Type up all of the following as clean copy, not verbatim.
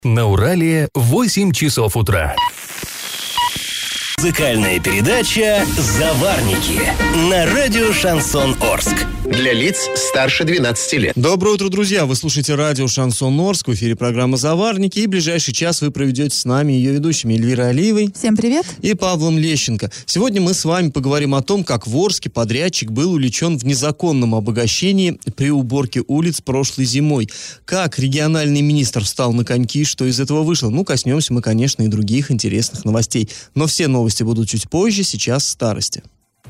На Урале 8 часов утра. Музыкальная передача «Заварники» на радио «Шансон Орск». Для лиц старше 12 лет. Доброе утро, друзья! Вы слушаете радио «Шансон Орск», в эфире программа «Заварники», и ближайший час вы проведете с нами, ее ведущими, Эльвирой Алиевой. Всем привет! И Павлом Лещенко. Сегодня мы с вами поговорим о том, как в Орске подрядчик был увлечен в незаконном обогащении при уборке улиц прошлой зимой. Как региональный министр встал на коньки, что из этого вышло. Коснемся мы, конечно, и других интересных новостей. Но все новости будут чуть позже, сейчас старости.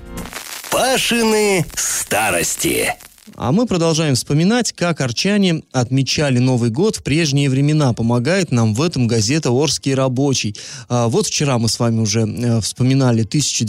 Пашины старости. А мы продолжаем вспоминать, как орчане отмечали Новый год в прежние времена. Помогает нам в этом газета «Орский рабочий». Вот вчера мы с вами уже вспоминали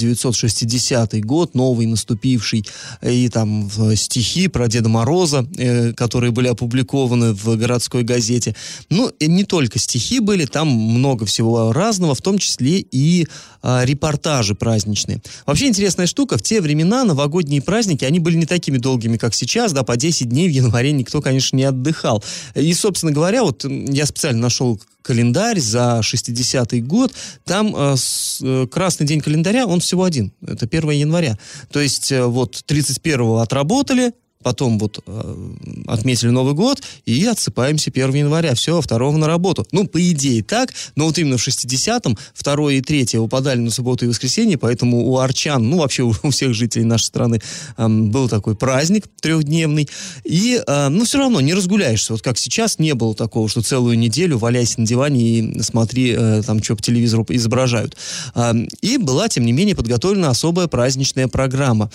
1960 год, новый наступивший, и там стихи про Деда Мороза, которые были опубликованы в городской газете. И не только стихи были, там много всего разного, в том числе и репортажи праздничные. Вообще интересная штука, в те времена новогодние праздники, они были не такими долгими, как сейчас, по 10 дней в январе никто, конечно, не отдыхал. И, собственно говоря, я специально нашел календарь за 60-й год, там красный день календаря, он всего один, это 1 января. То есть 31-го отработали, потом отметили Новый год и отсыпаемся 1 января. Все, 2-го на работу. По идее так, но именно в 60-м 2 и 3 выпадали на субботу и воскресенье, поэтому у орчан, вообще у всех жителей нашей страны был такой праздник трехдневный. И, все равно не разгуляешься. Как сейчас не было такого, что целую неделю валяйся на диване и смотри, что по телевизору изображают. И была, тем не менее, подготовлена особая праздничная программа.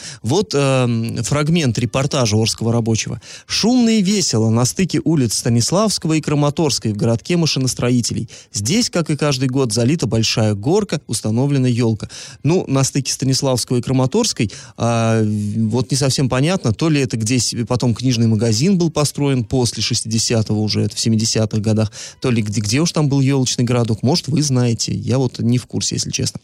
Фрагмент репортажа Орского рабочего. Шумно и весело на стыке улиц Станиславского и Краматорской в городке машиностроителей. Здесь, как и каждый год, залита большая горка, установлена елка. На стыке Станиславского и Краматорской не совсем понятно, то ли это здесь потом книжный магазин был построен после 60-го уже, это в 70-х годах, то ли где уж там был елочный городок, может, вы знаете, я не в курсе, если честно.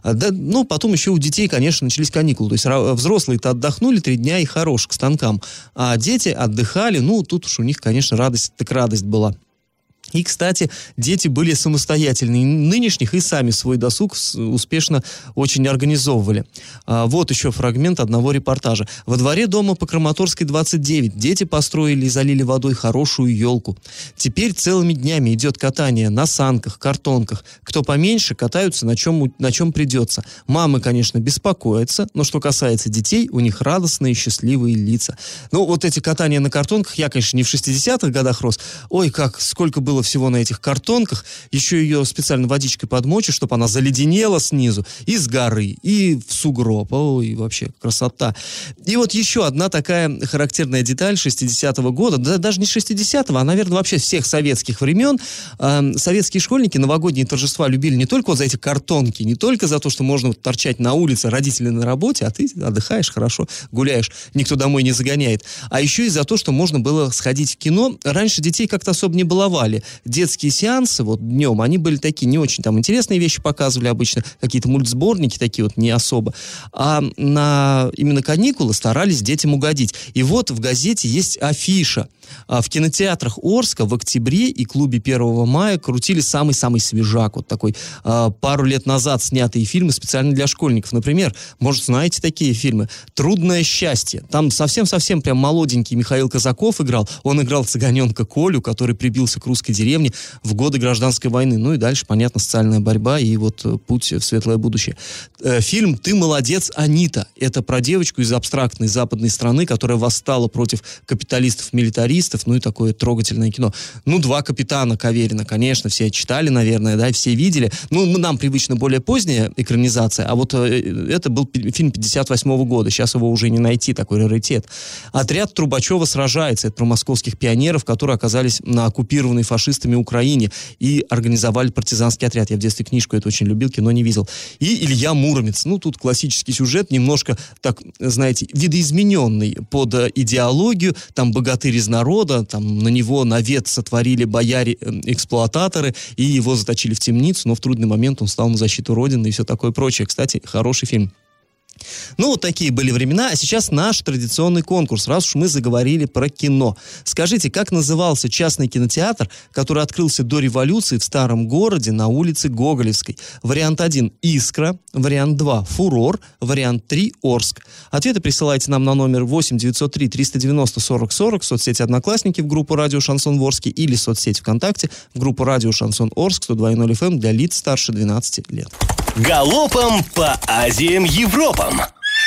Потом еще у детей, конечно, начались каникулы, то есть взрослые-то отдохнули 3 дня и хорош к станкам. А дети отдыхали, тут уж у них, конечно, радость была. И, кстати, дети были самостоятельны нынешних и сами свой досуг успешно очень организовывали. Вот еще фрагмент одного репортажа. Во дворе дома по Краматорской 29 дети построили и залили водой хорошую елку. Теперь целыми днями идет катание на санках, картонках. Кто поменьше, катаются на чем придется. Мамы, конечно, беспокоятся, но что касается детей, у них радостные, счастливые лица. Эти катания на картонках, я, конечно, не в 60-х годах рос. Ой, сколько было всего на этих картонках, еще ее специально водичкой подмочишь, чтобы она заледенела снизу, и с горы, и в сугроб. Ой, вообще красота. И еще одна такая характерная деталь 60-го года, даже не 60-го, а, наверное, вообще всех советских времен. Советские школьники новогодние торжества любили не только за эти картонки, не только за то, что можно торчать на улице, родители на работе, а ты отдыхаешь хорошо, гуляешь, никто домой не загоняет, а еще и за то, что можно было сходить в кино. Раньше детей как-то особо не баловали. Детские сеансы днем, они были такие не очень интересные вещи показывали обычно, какие-то мультсборники такие не особо, а на именно каникулы старались детям угодить. И в газете есть афиша. В кинотеатрах Орска в октябре и клубе 1 мая крутили самый-самый свежак, такой пару лет назад снятые фильмы специально для школьников. Например, может, знаете такие фильмы «Трудное счастье». Там совсем-совсем прям молоденький Михаил Казаков играл. Он играл цыганенка Колю, который прибился к русской деревне в годы гражданской войны. И дальше, понятно, социальная борьба и путь в светлое будущее. Фильм «Ты молодец, Анита». Это про девочку из абстрактной западной страны, которая восстала против капиталистов-милитаристов. И такое трогательное кино. 2 капитана Каверина, конечно, все читали, наверное, да, все видели. Нам привычно более поздняя экранизация, а это был фильм 58-го года, сейчас его уже не найти, такой раритет. «Отряд Трубачева сражается». Это про московских пионеров, которые оказались на оккупированной фашистами Украине и организовали партизанский отряд. Я в детстве книжку эту очень любил, кино не видел. И «Илья Муромец». Тут классический сюжет, немножко, так, знаете, видоизмененный под идеологию. Там богатырь из народа, там на него навет сотворили бояре-эксплуататоры, и его заточили в темницу, но в трудный момент он стал на защиту Родины и все такое прочее. Кстати, хороший фильм. Ну, вот такие были времена, а сейчас наш традиционный конкурс, раз уж мы заговорили про кино. Скажите, как назывался частный кинотеатр, который открылся до революции в старом городе на улице Гоголевской? Вариант 1 – «Искра», вариант 2 – «Фурор», вариант 3 – «Орск». Ответы присылайте нам на номер 8 903 390 40 40 в соцсети «Одноклассники» в группу «Радио Шансон Орске» или в соцсети ВКонтакте в группу «Радио Шансон Орск» 102.0 FM для лиц старше 12 лет. Галопом по Азиям Европам.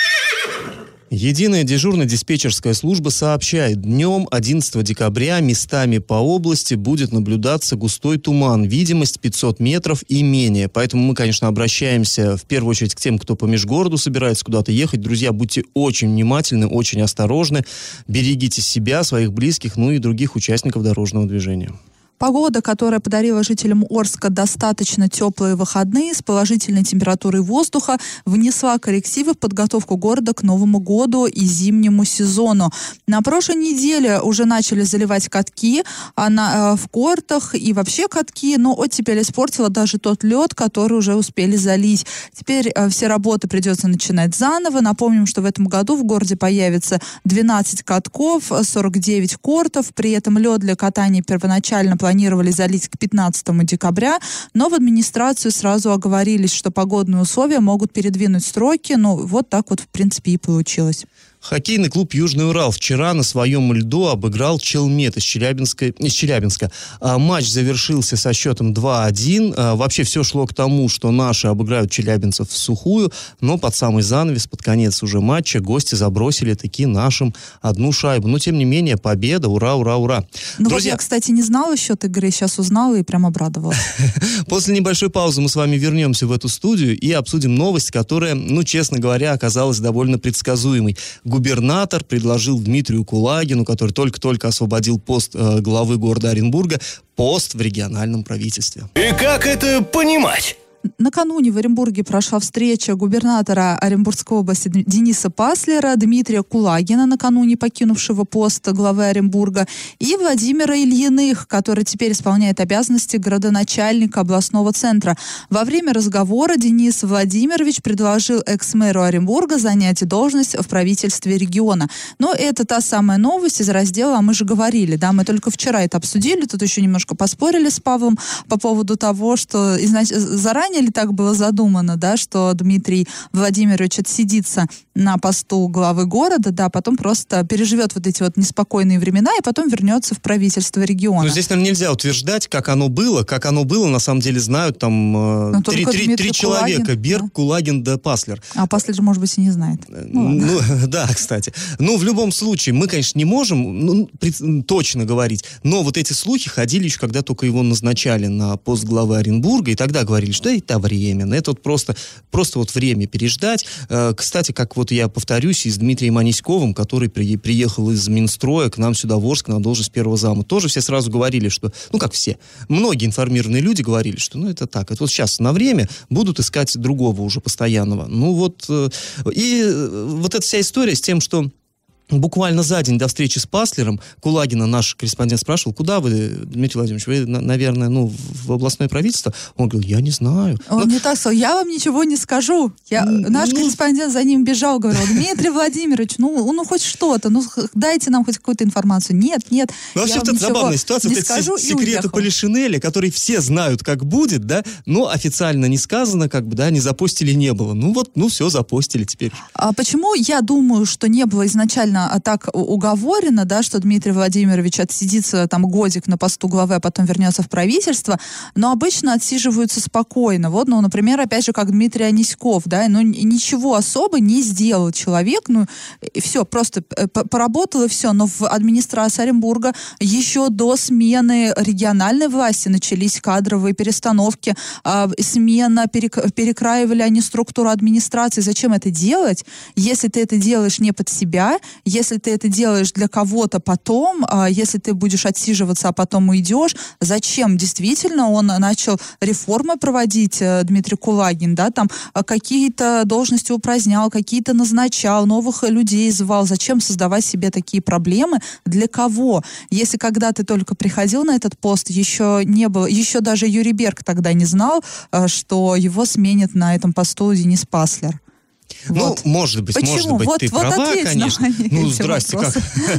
Единая дежурно-диспетчерская служба сообщает, днем 11 декабря местами по области будет наблюдаться густой туман, видимость 500 метров и менее. Поэтому мы, конечно, обращаемся в первую очередь к тем, кто по межгороду собирается куда-то ехать. Друзья, будьте очень внимательны, очень осторожны, берегите себя, своих близких, ну и других участников дорожного движения. Погода, которая подарила жителям Орска достаточно теплые выходные с положительной температурой воздуха, внесла коррективы в подготовку города к Новому году и зимнему сезону. На прошлой неделе уже начали заливать катки в кортах и вообще катки, но оттепель испортила даже тот лед, который уже успели залить. Теперь все работы придется начинать заново. Напомним, что в этом году в городе появится 12 катков, 49 кортов. При этом лед для катания первоначально планировали залить к 15 декабря, но в администрацию сразу оговорились, что погодные условия могут передвинуть сроки. Ну, вот так вот, в принципе, и получилось. Хоккейный клуб «Южный Урал» вчера на своем льду обыграл Челмет из Челябинска. Матч завершился со счетом 2-1. Вообще все шло к тому, что наши обыграют челябинцев в сухую, но под самый занавес, под конец уже матча, гости забросили таки нашим одну шайбу. Но, тем не менее, победа, ура, ура, ура. Ну Друзья, вот я, кстати, не знала счет игры, сейчас узнала и прям обрадовалась. После небольшой паузы мы с вами вернемся в эту студию и обсудим новость, которая, ну, честно говоря, оказалась довольно предсказуемой. Губернатор предложил Дмитрию Кулагину, который только-только освободил пост главы города Оренбурга, пост в региональном правительстве. И как это понимать? Накануне в Оренбурге прошла встреча губернатора Оренбургской области Дениса Паслера, Дмитрия Кулагина, накануне покинувшего пост главы Оренбурга, и Владимира Ильиных, который теперь исполняет обязанности градоначальника областного центра. Во время разговора Денис Владимирович предложил экс-мэру Оренбурга занять должность в правительстве региона. Но это та самая новость из раздела «А мы же говорили». Да, мы только вчера это обсудили, тут еще немножко поспорили с Павлом по поводу того, что заранее ли так было задумано, да, что Дмитрий Владимирович отсидится на посту главы города, да, потом просто переживет вот эти вот неспокойные времена и потом вернется в правительство региона. Но здесь нам нельзя утверждать, как оно было, на самом деле знают там три человека, Берг, да? Кулагин да Паслер. А Паслер же, может быть, и не знает. Да, кстати. Ну, в любом случае, мы, конечно, не можем точно говорить, но вот эти слухи ходили еще, когда только его назначали на пост главы Оренбурга, и тогда говорили, что это временно, это вот просто вот время переждать. Кстати, как вот я повторюсь, и с Дмитрием Аниськовым, который приехал из Минстроя к нам сюда в Орск на должность первого зама, тоже все сразу говорили, что, ну как все, многие информированные люди говорили, что ну это так, это вот сейчас на время будут искать другого уже постоянного. Ну вот, и вот эта вся история с тем, что буквально за день до встречи с Паслером Кулагина наш корреспондент спрашивал, куда вы, Дмитрий Владимирович, вы, наверное, в областное правительство? Он говорил, я не знаю. Он не так сказал, я вам ничего не скажу. Наш корреспондент за ним бежал, говорил, Дмитрий Владимирович, ну хоть что-то, ну дайте нам хоть какую-то информацию. Нет. Вообще, это забавная ситуация, вот эти секреты Полишинеля, которые все знают, как будет, да, но официально не сказано, как бы, да, не запостили, не было. Ну вот, все, запостили теперь. А почему я думаю, что не было изначально так уговорено, да, что Дмитрий Владимирович отсидится там годик на посту главы, а потом вернется в правительство, но обычно отсиживаются спокойно. Вот, ну, например, опять же, как Дмитрий Аниськов, да, ну, ничего особо не сделал человек, ну, и все, просто поработал и все, но в администрации Оренбурга еще до смены региональной власти начались кадровые перестановки, смена, перекраивали они структуру администрации. Зачем это делать, если ты это делаешь не под себя, если ты это делаешь для кого-то потом, если ты будешь отсиживаться, а потом уйдешь, зачем? Действительно, он начал реформы проводить, Дмитрий Кулагин, да, там какие-то должности упразднял, какие-то назначал, новых людей звал. Зачем создавать себе такие проблемы? Для кого? Если когда ты только приходил на этот пост, еще не было, еще даже Юрий Берг тогда не знал, что его сменит на этом посту Денис Паслер. Вот. Ну, может быть, Почему? ты права, конечно. Ну, здрасте, как.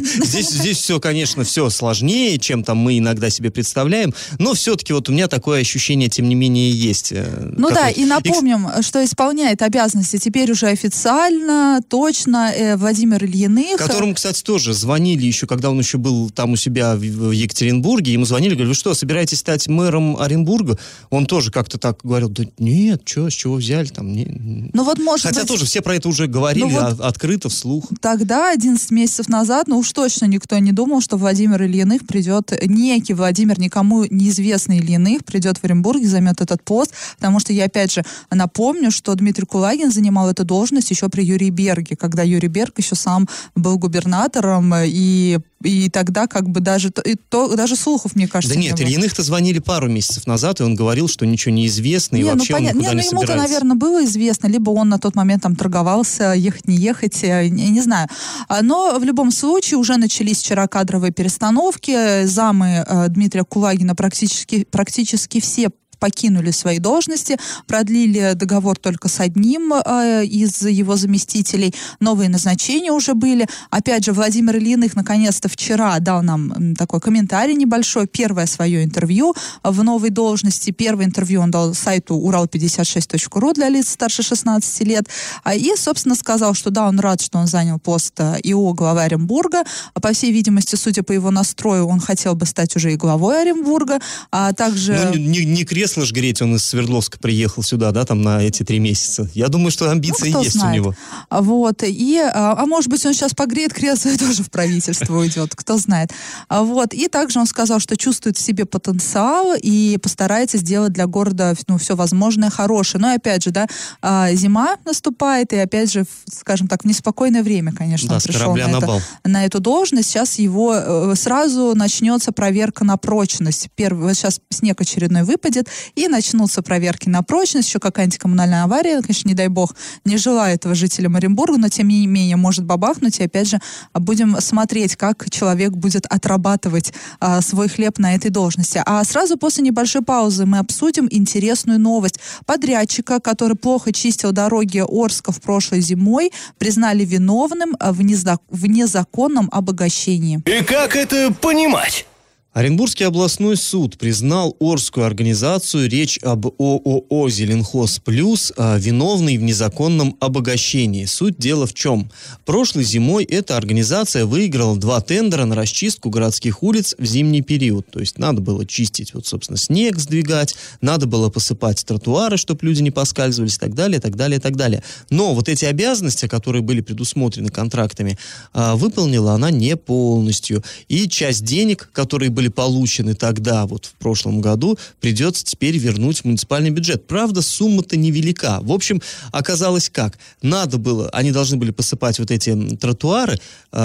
Здесь все, конечно, все сложнее, чем там мы иногда себе представляем, но все-таки вот у меня такое ощущение, тем не менее, есть. Ну да, и напомним, что исполняет обязанности теперь уже официально, точно, Владимир Ильиных. Которому, кстати, тоже звонили еще, когда он еще был там у себя в Екатеринбурге, ему звонили, говорили, вы что, собираетесь стать мэром Оренбурга? Он тоже как-то так говорил, да нет, с чего взяли там? Ну вот, может Хотя быть, тоже все про это уже говорили, открыто, вслух. Тогда, 11 месяцев назад, ну уж точно никто не думал, что Владимир Ильиных придет, некий Владимир, никому неизвестный Ильиных, придет в Оренбург и займет этот пост, потому что я, опять же, напомню, что Дмитрий Кулагин занимал эту должность еще при Юрии Берге, когда Юрий Берг еще сам был губернатором, и тогда как бы даже слухов, мне кажется, да нет, Ильиных-то звонили пару месяцев назад, и он говорил, что ничего не известно, и вообще он никуда не собирается. Ему-то, наверное, было известно, либо он на тот момент там торговался, ехать, не ехать, я не знаю. Но в любом случае уже начались вчера кадровые перестановки, замы Дмитрия Кулагина практически все покинули свои должности, продлили договор только с одним из его заместителей, новые назначения уже были. Опять же, Владимир Ильиных наконец-то вчера дал нам такой комментарий небольшой, первое свое интервью в новой должности. Первое интервью он дал сайту урал56.ру для лиц старше 16 лет. И, собственно, сказал, что да, он рад, что он занял пост ИО главы Оренбурга. По всей видимости, судя по его настрою, он хотел бы стать уже и главой Оренбурга. А также... Ну, не кресло ж греть, он из Свердловска приехал сюда, да, там на эти 3 месяца. Я думаю, что амбиции есть знает. у него. Вот, а может быть, он сейчас погреет кресло и тоже в правительство уйдет, кто знает. Вот, и также он сказал, что чувствует в себе потенциал и постарается сделать для города, все возможное, хорошее. Но, опять же, да, зима наступает, и, опять же, скажем так, в неспокойное время, конечно, да, он пришел на эту должность. Сейчас его сразу начнется проверка на прочность. Сейчас снег очередной выпадет, и начнутся проверки на прочность, еще какая-нибудь коммунальная авария, конечно, не дай бог, не желаю этого жителям Оренбурга, но тем не менее может бабахнуть, и опять же будем смотреть, как человек будет отрабатывать свой хлеб на этой должности. А сразу после небольшой паузы мы обсудим интересную новость. Подрядчика, который плохо чистил дороги Орска в прошлой зимой, признали виновным в незаконном обогащении. И как это понимать? Оренбургский областной суд признал Орскую организацию, речь об ООО «Зеленхоз Плюс», виновной в незаконном обогащении. Суть дела в чем? Прошлой зимой эта организация выиграла 2 тендера на расчистку городских улиц в зимний период. То есть надо было чистить, собственно, снег сдвигать, надо было посыпать тротуары, чтобы люди не поскальзывались и так далее, и так далее, и так далее. Но вот эти обязанности, которые были предусмотрены контрактами, выполнила она не полностью. И часть денег, которые были получены тогда, вот в прошлом году, придется теперь вернуть в муниципальный бюджет. Правда, сумма-то невелика. В общем, оказалось как? Они должны были посыпать вот эти тротуары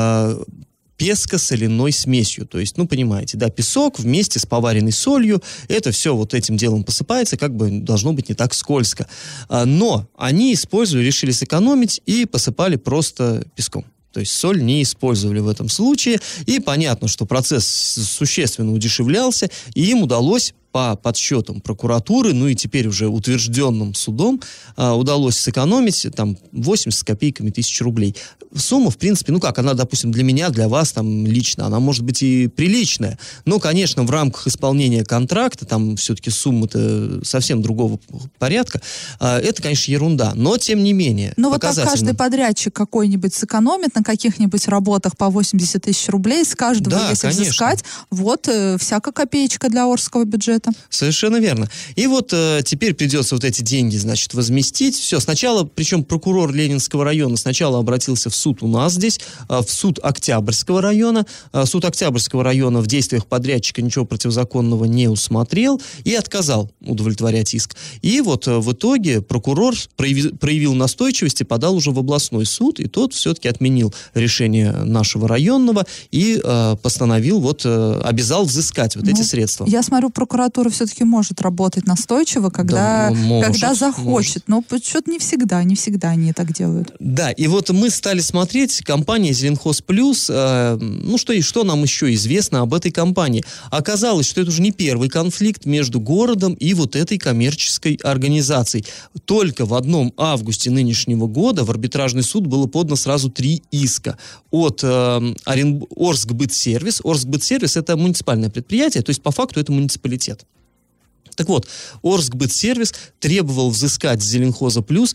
песко-соляной смесью. То есть, понимаете, да, песок вместе с поваренной солью, это все вот этим делом посыпается, как бы должно быть не так скользко. Но они решили сэкономить и посыпали просто песком. То есть соль не использовали в этом случае. И понятно, что процесс существенно удешевлялся, и им удалось по подсчетам прокуратуры, и теперь уже утвержденным судом, удалось сэкономить 80 с копейками тысяч рублей. Сумма, в принципе, она, допустим, для меня, для вас лично, она может быть и приличная. Но, конечно, в рамках исполнения контракта, все-таки сумма-то совсем другого порядка, это, конечно, ерунда. Но, тем не менее, вот так каждый подрядчик какой-нибудь сэкономит на каких-нибудь работах по 80 тысяч рублей, с каждого, да, если взыскать, всякая копеечка для Орского бюджета. Совершенно верно. И теперь придется эти деньги, возместить. Все, сначала, причем прокурор Ленинского района сначала обратился в суд у нас здесь, в суд Октябрьского района. Суд Октябрьского района в действиях подрядчика ничего противозаконного не усмотрел и отказал удовлетворять иск. И в итоге прокурор проявил настойчивость и подал уже в областной суд, и тот все-таки отменил решение нашего районного и постановил, обязал взыскать эти средства. Я смотрю, прокуратура прокуратура все-таки может работать настойчиво, когда захочет. Но что-то не всегда они так делают. Да, и вот мы стали смотреть компания «Зеленхоз Плюс». Что нам еще известно об этой компании? Оказалось, что это уже не первый конфликт между городом и вот этой коммерческой организацией. Только в 1 августе нынешнего года в арбитражный суд было подано сразу 3 иска от Орскбытсервис. Орскбытсервис – это муниципальное предприятие, то есть по факту это муниципалитет. Так вот, Орскбытсервис требовал взыскать с Зеленхоза Плюс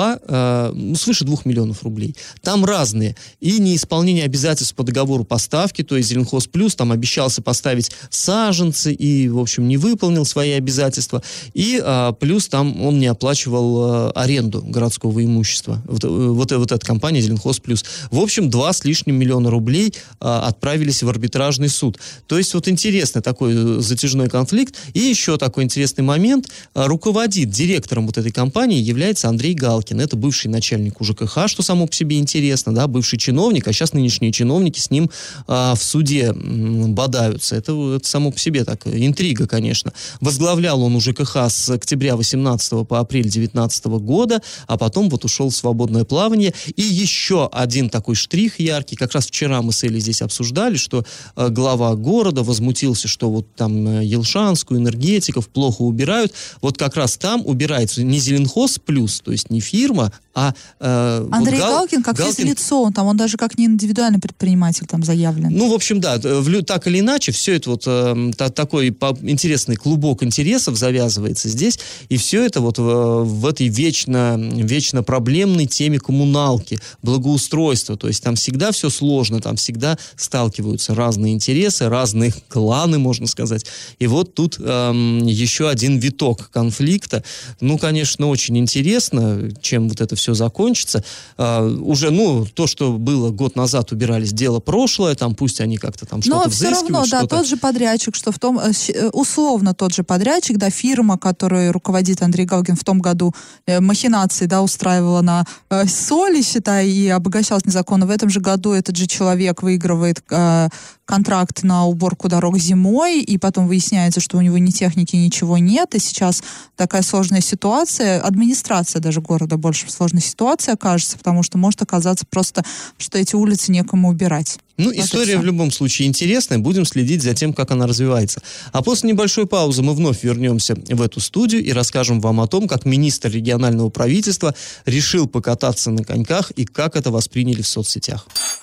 свыше 2 миллионов рублей. Там разные. И неисполнение обязательств по договору поставки, то есть Зеленхоз Плюс там обещался поставить саженцы и, в общем, не выполнил свои обязательства. И плюс там он не оплачивал аренду городского имущества. Вот эта компания Зеленхоз Плюс. В общем, 2 с лишним миллиона рублей отправились в арбитражный суд. То есть вот интересный такой затяжной конфликт. И еще такой интересный момент. Руководит директором вот этой компании является Андрей Галкин. Это бывший начальник УЖКХ, что само по себе интересно, да, бывший чиновник, а сейчас нынешние чиновники с ним в суде бодаются. Это само по себе так, интрига, конечно. Возглавлял он УЖКХ с октября 18 по апрель 19 года, а потом вот ушел в свободное плавание. И еще один такой штрих яркий. Как раз вчера мы с Элей здесь обсуждали, что глава города возмутился, что вот там Елшанскую, энергетиков плохо убирают. Вот как раз там убирается не Зеленхоз Плюс, то есть не фирма, а... Андрей Галкин как физлицо, он даже как не индивидуальный предприниматель там заявлен. Ну, в общем, да, так или иначе, все это вот такой интересный клубок интересов завязывается здесь, и все это вот в этой вечно проблемной теме коммуналки, благоустройства, то есть там всегда все сложно, там всегда сталкиваются разные интересы, разные кланы, можно сказать. И вот тут еще один виток конфликта. Ну, конечно, очень интересно, чем вот это все закончится. Уже, то, что было год назад, убирались, дело прошлое, там пусть они как-то там что-то взыскивают. Но все равно, да, тот же подрядчик, условно тот же подрядчик, да, фирма, которой руководит Андрей Галкин в том году махинации, да, устраивала на соли, считай, и обогащалась незаконно. В этом же году этот же человек выигрывает контракт на уборку дорог зимой, и потом выясняется, что у него ни техники, ничего нет, и сейчас такая сложная ситуация, администрация даже города больше в сложной ситуации окажется, потому что может оказаться просто, что эти улицы некому убирать. Ну, история в любом случае интересная, будем следить за тем, как она развивается. А после небольшой паузы мы вновь вернемся в эту студию и расскажем вам о том, как министр регионального правительства решил покататься на коньках и как это восприняли в соцсетях.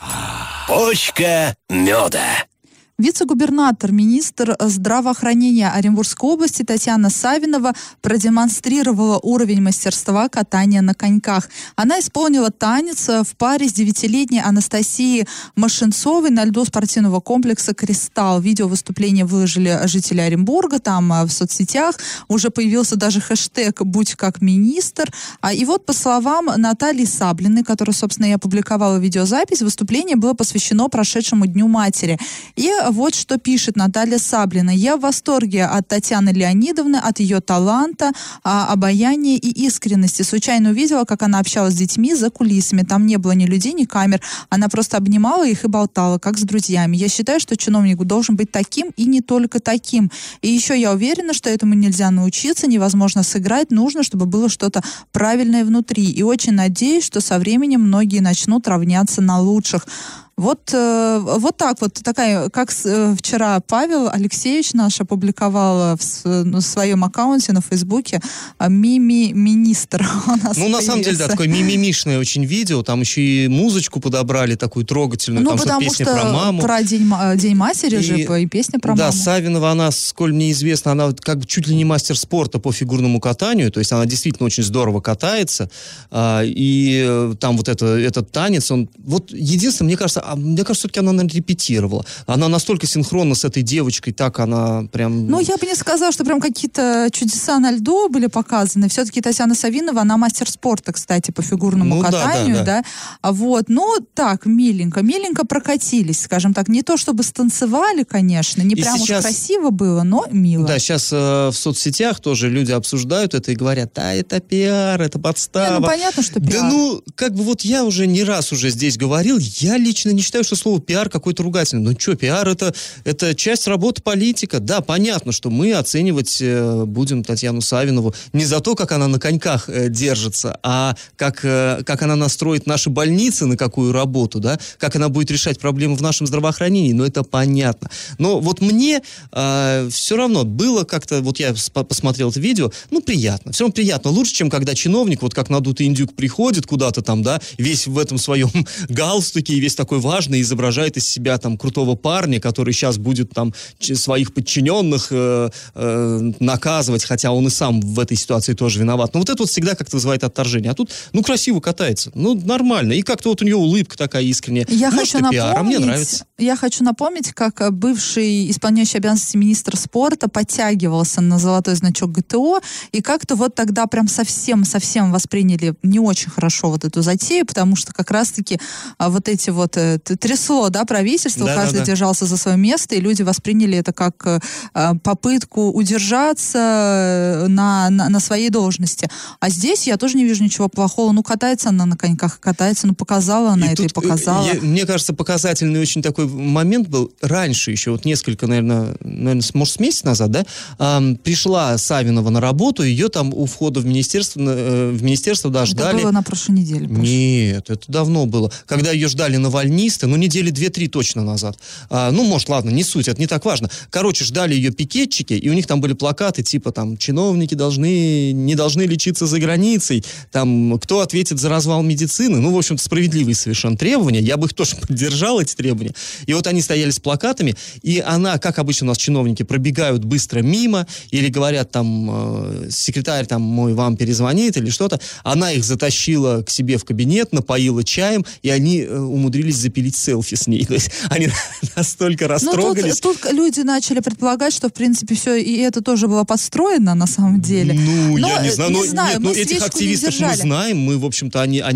Почка меда. Вице-губернатор, министр здравоохранения Оренбургской области Татьяна Савинова продемонстрировала уровень мастерства катания на коньках. Она исполнила танец в паре с 9-летней Анастасией Машинцовой на льду спортивного комплекса «Кристалл». Видео выступления выложили жители Оренбурга, там в соцсетях уже появился даже хэштег «Будь как министр». И вот, по словам Натальи Саблиной, которая, собственно, и опубликовала видеозапись, выступление было посвящено прошедшему Дню матери. И вот что пишет Наталья Саблина. «Я в восторге от Татьяны Леонидовны, от ее таланта, обаяния и искренности. Случайно увидела, как она общалась с детьми за кулисами. Там не было ни людей, ни камер. Она просто обнимала их и болтала, как с друзьями. Я считаю, что чиновник должен быть таким и не только таким. И еще я уверена, что этому нельзя научиться, невозможно сыграть. Нужно, чтобы было что-то правильное внутри. И очень надеюсь, что со временем многие начнут равняться на лучших». Вот так вот, такая, как вчера Павел Алексеевич наш опубликовал в своем аккаунте на Фейсбуке «Мими-министр». На самом деле, да, такое мимимишное очень видео, там еще и музычку подобрали, такую трогательную, там что песня про маму. Про День матери же, и песня про маму. Да, Савинова, она, сколь мне известно, она как бы чуть ли не мастер спорта по фигурному катанию, то есть она действительно очень здорово катается, и там вот этот танец, он, вот единственное, мне кажется, все-таки она репетировала. Она настолько синхронна с этой девочкой, так она прям... Я бы не сказала, что прям какие-то чудеса на льду были показаны. Все-таки Татьяна Савинова, она мастер спорта, кстати, по фигурному катанию, да. Вот, так, миленько прокатились, скажем так. Не то, чтобы станцевали, конечно, не прям уж красиво было, но мило. Да, сейчас в соцсетях тоже люди обсуждают это и говорят, это пиар, это подстава. Понятно, что пиар. Да, я уже не раз уже здесь говорил, я лично не считаю, что слово пиар какое-то ругательное. Ну что, пиар это часть работы политика. Да, понятно, что мы оценивать будем Татьяну Савинову не за то, как она на коньках держится, а как она настроит наши больницы на какую работу, да, как она будет решать проблемы в нашем здравоохранении. Но это понятно. Но вот мне все равно было как-то, вот я посмотрел это видео, ну, приятно. Все равно приятно. Лучше, чем когда чиновник, вот как надутый индюк, приходит куда-то там, да, весь в этом своем галстуке и весь такой важный, изображает из себя там крутого парня, который сейчас будет там своих подчиненных наказывать, хотя он и сам в этой ситуации тоже виноват. Но вот это вот всегда как-то вызывает отторжение. А тут, ну, красиво катается. Ну, нормально. И как-то вот у нее улыбка такая искренняя. Может, и пиар, а мне нравится. Я хочу напомнить, как бывший исполняющий обязанности министра спорта подтягивался на золотой значок ГТО, и как-то вот тогда прям совсем восприняли не очень хорошо вот эту затею, потому что как раз-таки вот эти вот трясло, да, правительство, каждый держался за свое место, и люди восприняли это как попытку удержаться на своей должности. А здесь я тоже не вижу ничего плохого. Ну, катается она на коньках, катается, ну, показала она это и показала. Мне кажется, показательный очень такой момент был раньше еще, вот несколько, наверное, может, с месяц назад, да, пришла Савинова на работу, ее там у входа в министерство даже ждали. Это было на прошлой неделе. Нет, это давно было. Когда ее ждали навальнисты, ну, недели 2-3 точно назад. Ну, может, ладно, не суть, это не так важно. Короче, ждали ее пикетчики, и у них там были плакаты, типа, там, чиновники не должны лечиться за границей, там, кто ответит за развал медицины, ну, в общем-то, справедливые совершенно требования, я бы их тоже поддержал, эти требования. И вот они стояли с плакатами, и она, как обычно у нас чиновники, пробегают быстро мимо, или говорят, там, секретарь, там, мой вам перезвонит, или что-то, она их затащила к себе в кабинет, напоила чаем, и они умудрились запилить селфи с ней. То есть они настолько растрогались. Тут люди начали предполагать, что, в принципе, все, и это тоже было подстроено на самом деле. Ну, я не знаю. Но этих активистов мы знаем, мы, в общем-то, это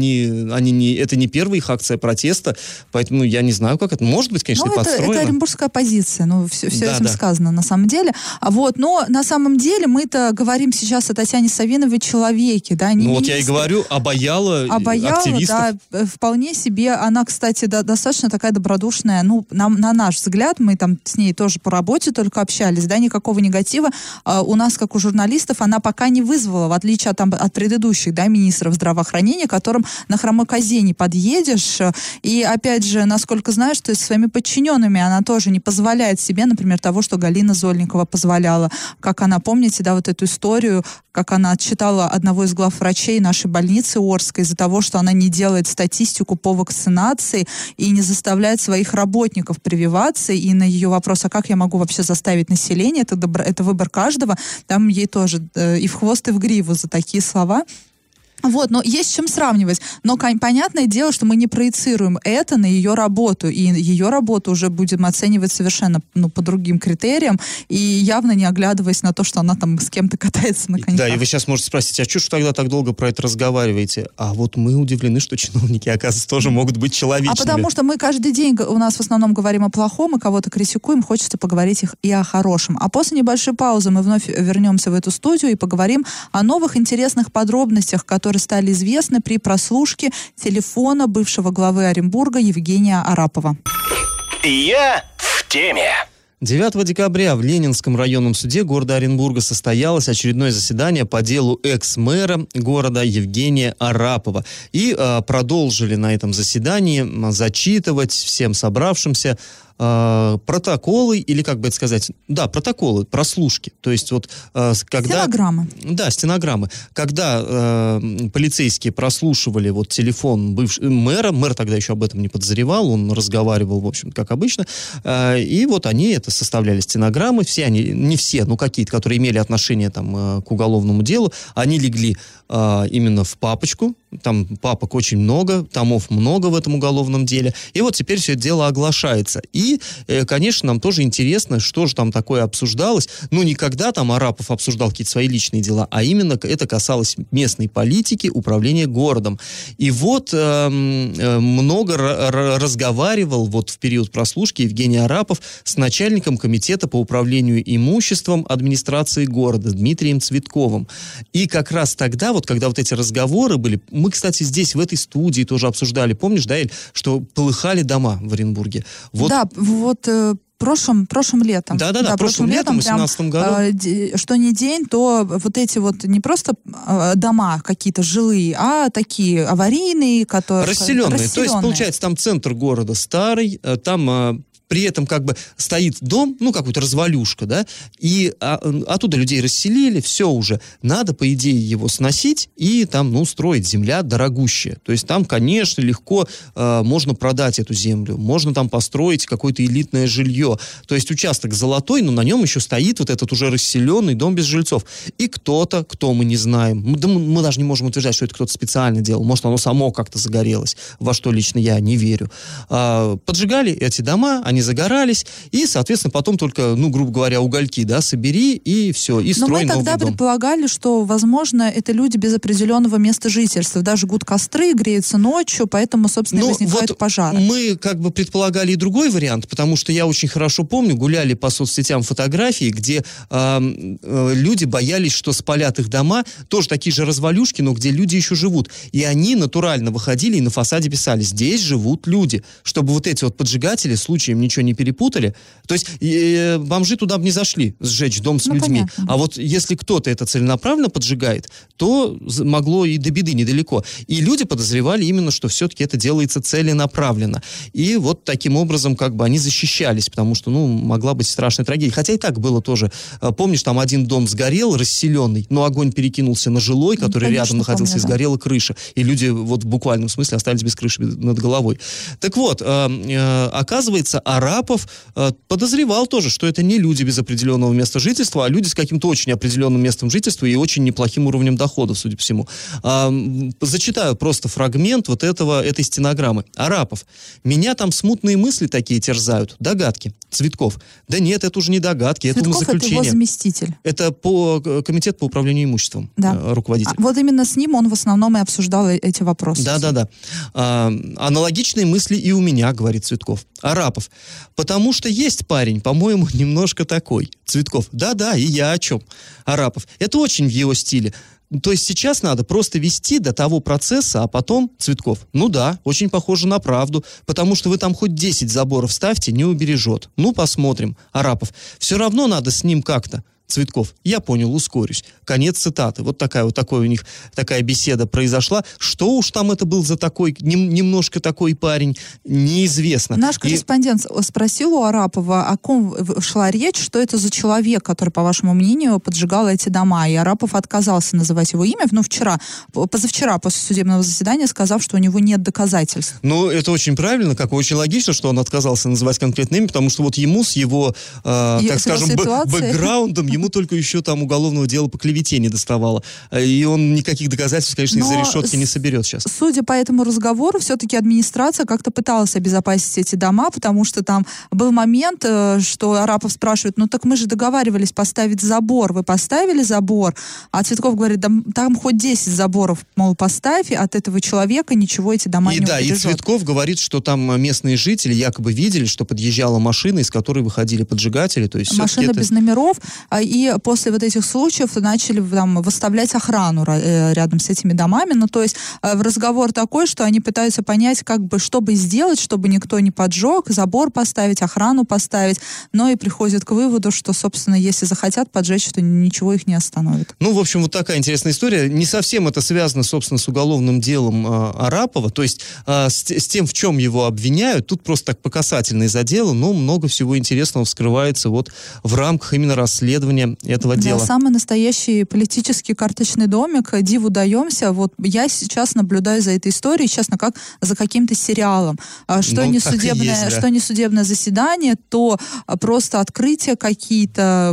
не первая их акция протеста, поэтому я не знаю, как это. Может быть, конечно, подстроено. Это оренбургская позиция, все этим сказано на самом деле. Но на самом деле мы-то говорим сейчас о Татьяне Савиновой человеке, да, не вот я и говорю, обаяла активистов. Да, вполне себе. Она, кстати, достаточно такая добродушная, ну, на наш взгляд, мы там с ней тоже по работе только общались, да, никакого негатива у нас, как у журналистов, она пока не вызвала, в отличие от предыдущих, да, министров здравоохранения, которым на хромой козе не подъедешь. И, опять же, насколько знаю, что со своими подчиненными она тоже не позволяет себе, например, того, что Галина Зольникова позволяла. Как она, помните, да, вот эту историю, как она отчитала одного из главврачей нашей больницы Орской из-за того, что она не делает статистику по вакцинации и не заставляет своих работников прививаться, и на ее вопрос, а как я могу вообще заставить население, это выбор каждого, там ей тоже и в хвост, и в гриву за такие слова. Вот, но есть с чем сравнивать. Но понятное дело, что мы не проецируем это на ее работу, и ее работу уже будем оценивать совершенно по другим критериям, и явно не оглядываясь на то, что она там с кем-то катается на коньках. Да, и вы сейчас можете спросить, а что ж тогда так долго про это разговариваете? А вот мы удивлены, что чиновники, оказывается, тоже могут быть человечными. А потому что мы каждый день у нас в основном говорим о плохом, и кого-то критикуем, хочется поговорить и о хорошем. А после небольшой паузы мы вновь вернемся в эту студию и поговорим о новых интересных подробностях, которые стали известны при прослушке телефона бывшего главы Оренбурга Евгения Арапова. Я в теме. 9 декабря в Ленинском районном суде города Оренбурга состоялось очередное заседание по делу экс-мэра города Евгения Арапова. И продолжили на этом заседании зачитывать всем собравшимся протоколы, или как бы это сказать, да, протоколы, прослушки. То есть вот когда... Стенограммы. Да, стенограммы. Когда полицейские прослушивали вот телефон мэра, мэр тогда еще об этом не подозревал, он разговаривал, в общем, как обычно, и вот они это составляли стенограммы, все они, не все, но какие-то, которые имели отношение там к уголовному делу, они легли именно в папочку, там папок очень много, томов много в этом уголовном деле, и вот теперь все это дело оглашается. И, конечно, нам тоже интересно, что же там такое обсуждалось. Ну, не когда там Арапов обсуждал какие-то свои личные дела, а именно это касалось местной политики, управления городом. И вот много разговаривал вот в период прослушки Евгений Арапов с начальником комитета по управлению имуществом администрации города Дмитрием Цветковым. И как раз тогда, вот когда вот эти разговоры были, мы, кстати, здесь, в этой студии тоже обсуждали, помнишь, да, Эль, что полыхали дома в Оренбурге. Вот. Да, вот... Прошлым летом. Да, прошлым летом, в 2018 году. Что ни день, то вот эти вот не просто дома какие-то жилые, а такие аварийные, которые... Расселенные. То есть, получается, там центр города старый, там... При этом как бы стоит дом, ну, какой-то развалюшка, да, и оттуда людей расселили, все уже. Надо, по идее, его сносить и там, ну, строить. Земля дорогущая. То есть там, конечно, легко можно продать эту землю, можно там построить какое-то элитное жилье. То есть участок золотой, но на нем еще стоит вот этот уже расселенный дом без жильцов. И кто-то, кто мы не знаем, мы даже не можем утверждать, что это кто-то специально делал. Может, оно само как-то загорелось, во что лично я не верю. Поджигали эти дома, они загорались, и, соответственно, потом только, ну, грубо говоря, угольки, да, собери, и все, и строй новый дом. Но мы тогда предполагали, что, возможно, это люди без определенного места жительства, даже жгут костры, греются ночью, поэтому, собственно, возникают пожары. Мы как бы предполагали и другой вариант, потому что я очень хорошо помню, гуляли по соцсетям фотографии, где люди боялись, что спалят их дома, тоже такие же развалюшки, но где люди еще живут. И они натурально выходили и на фасаде писали: здесь живут люди, чтобы вот эти вот поджигатели случаем ничего не перепутали. То есть бомжи туда бы не зашли, сжечь дом с людьми. Понятно. А вот если кто-то это целенаправленно поджигает, то могло и до беды недалеко. И люди подозревали именно, что все-таки это делается целенаправленно. И вот таким образом как бы они защищались, потому что, ну, могла быть страшная трагедия. Хотя и так было тоже. Помнишь, там один дом сгорел, расселенный, но огонь перекинулся на жилой, который конечно, рядом находился, помню, и сгорела крыша. И люди вот в буквальном смысле остались без крыши над головой. Так вот, оказывается, Арапов подозревал тоже, что это не люди без определенного места жительства, а люди с каким-то очень определенным местом жительства и очень неплохим уровнем доходов, судя по всему. Зачитаю просто фрагмент вот этой стенограммы. Арапов: меня там смутные мысли такие терзают, догадки. Цветков: да нет, это уже не догадки, Цветков это умозаключение. Это его заместитель. Это комитет по управлению имуществом, да. Руководитель. Вот именно с ним он в основном и обсуждал эти вопросы. Да. Аналогичные мысли и у меня, говорит Цветков. Арапов: потому что есть парень, по-моему, немножко такой. Цветков: да, и я о чем? Арапов: это очень в его стиле. То есть сейчас надо просто вести до того процесса, а потом... Цветков: ну да, очень похоже на правду, потому что вы там хоть 10 заборов ставьте, не убережет. Ну, посмотрим. Арапов: все равно надо с ним как-то. Цветков: я понял, ускорюсь. Конец цитаты. Вот такая у них такая беседа произошла. Что уж там это был за такой, немножко такой парень, неизвестно. Наш корреспондент спросил у Арапова, о ком шла речь, что это за человек, который, по вашему мнению, поджигал эти дома. И Арапов отказался называть его имя, но позавчера, после судебного заседания, сказав, что у него нет доказательств. Ну, это очень правильно, очень логично, что он отказался называть конкретное имя, потому что вот ему с его, так скажем, бэкграундом, ему только еще там уголовного дела по клевете не доставало. И он никаких доказательств, конечно, из-за решетки не соберет сейчас. Судя по этому разговору, все-таки администрация как-то пыталась обезопасить эти дома, потому что там был момент, что Арапов спрашивает: ну так мы же договаривались поставить забор. Вы поставили забор? А Цветков говорит: да, там хоть 10 заборов, мол, поставь, и от этого человека ничего эти дома не убережет. И Цветков говорит, что там местные жители якобы видели, что подъезжала машина, из которой выходили поджигатели. То есть машина без номеров. И после вот этих случаев начали там выставлять охрану рядом с этими домами. Ну, то есть разговор такой, что они пытаются понять, как бы, что бы сделать, чтобы никто не поджег, забор поставить, охрану поставить, но и приходят к выводу, что, собственно, если захотят поджечь, то ничего их не остановит. Ну, в общем, вот такая интересная история. Не совсем это связано, собственно, с уголовным делом Арапова, то есть с тем, в чем его обвиняют. Тут просто так по касательной задела, но много всего интересного вскрывается вот в рамках именно расследования этого дела. Да, самый настоящий политический карточный домик. Диву даемся. Вот я сейчас наблюдаю за этой историей, честно, как за каким-то сериалом. Что не судебное заседание, то просто открытия какие-то,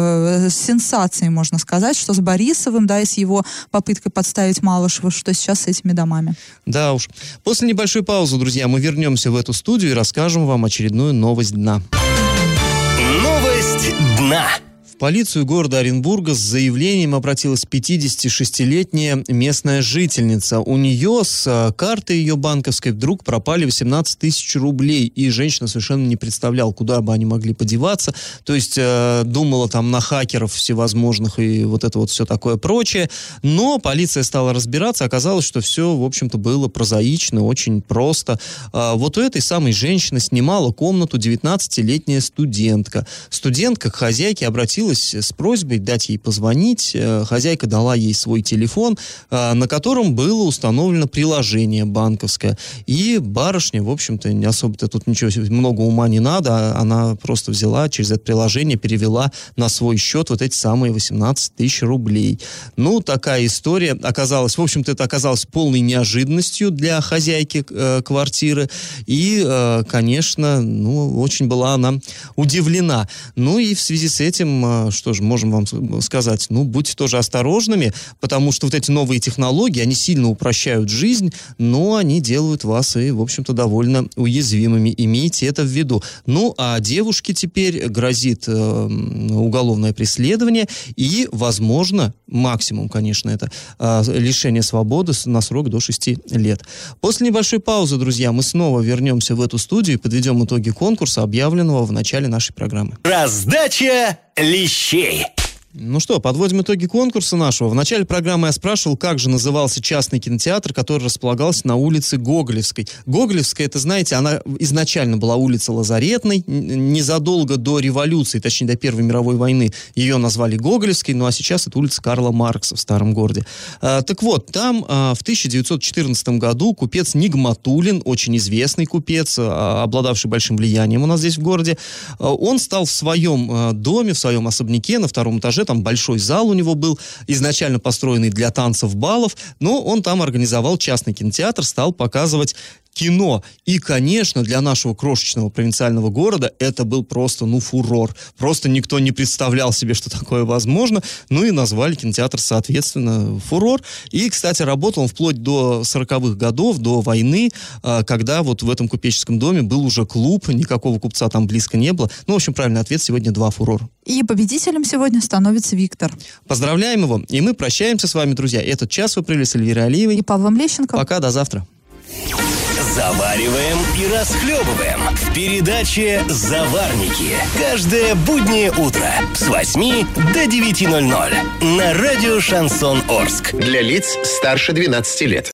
сенсации, можно сказать, что с Борисовым, да, и с его попыткой подставить Малышева, что сейчас с этими домами. Да уж. После небольшой паузы, друзья, мы вернемся в эту студию и расскажем вам очередную новость дна. Новость дна. полицию города Оренбурга с заявлением обратилась 56-летняя местная жительница. У нее с карты ее банковской вдруг пропали 18 тысяч рублей, и женщина совершенно не представляла, куда бы они могли подеваться. То есть думала там на хакеров всевозможных и вот это вот все такое прочее. Но полиция стала разбираться, оказалось, что все, в общем-то, было прозаично, очень просто. Вот у этой самой женщины снимала комнату 19-летняя студентка. Студентка к хозяйке обратилась с просьбой дать ей позвонить. Хозяйка дала ей свой телефон, на котором было установлено приложение банковское. И барышня, в общем-то, не особо-то тут ничего, много ума не надо, она просто взяла через это приложение, перевела на свой счет вот эти самые 18 тысяч рублей. Ну, такая история оказалась, в общем-то, это оказалось полной неожиданностью для хозяйки квартиры. И, конечно, ну, очень была она удивлена. Ну, и в связи с этим, что же, можем вам сказать, ну, будьте тоже осторожными, потому что вот эти новые технологии, они сильно упрощают жизнь, но они делают вас и, в общем-то, довольно уязвимыми. Имейте это в виду. Ну, а девушке теперь грозит уголовное преследование и, возможно, максимум, конечно, это лишение свободы на срок до 6 лет. После небольшой паузы, друзья, мы снова вернемся в эту студию и подведем итоги конкурса, объявленного в начале нашей программы. Раздача лещей. Ну что, подводим итоги конкурса нашего. В начале программы я спрашивал, как же назывался частный кинотеатр, который располагался на улице Гоголевской. Гоголевская, это, знаете, она изначально была улица Лазаретной, незадолго до революции, точнее, до Первой мировой войны ее назвали Гоголевской, ну а сейчас это улица Карла Маркса в Старом городе. Так вот, там в 1914 году купец Нигматуллин, очень известный купец, обладавший большим влиянием у нас здесь в городе, он стал в своем доме, в своем особняке на втором этаже, там большой зал у него был, изначально построенный для танцев, балов, но он там организовал частный кинотеатр, стал показывать кино. И, конечно, для нашего крошечного провинциального города это был просто, фурор. Просто никто не представлял себе, что такое возможно. Ну и назвали кинотеатр, соответственно, «Фурор». И, кстати, работал он вплоть до 40-х годов, до войны, когда вот в этом купеческом доме был уже клуб, никакого купца там близко не было. Ну, в общем, правильный ответ сегодня 2 «Фурор». И победителем сегодня становится Виктор. Поздравляем его. И мы прощаемся с вами, друзья. Этот час вы провели с Эльвирой Алиевой и Павлом Лещенко. Пока, до завтра. Завариваем и расхлебываем в передаче «Заварники». Каждое буднее утро с 8 до 9:00 на радио «Шансон Орск». Для лиц старше 12 лет.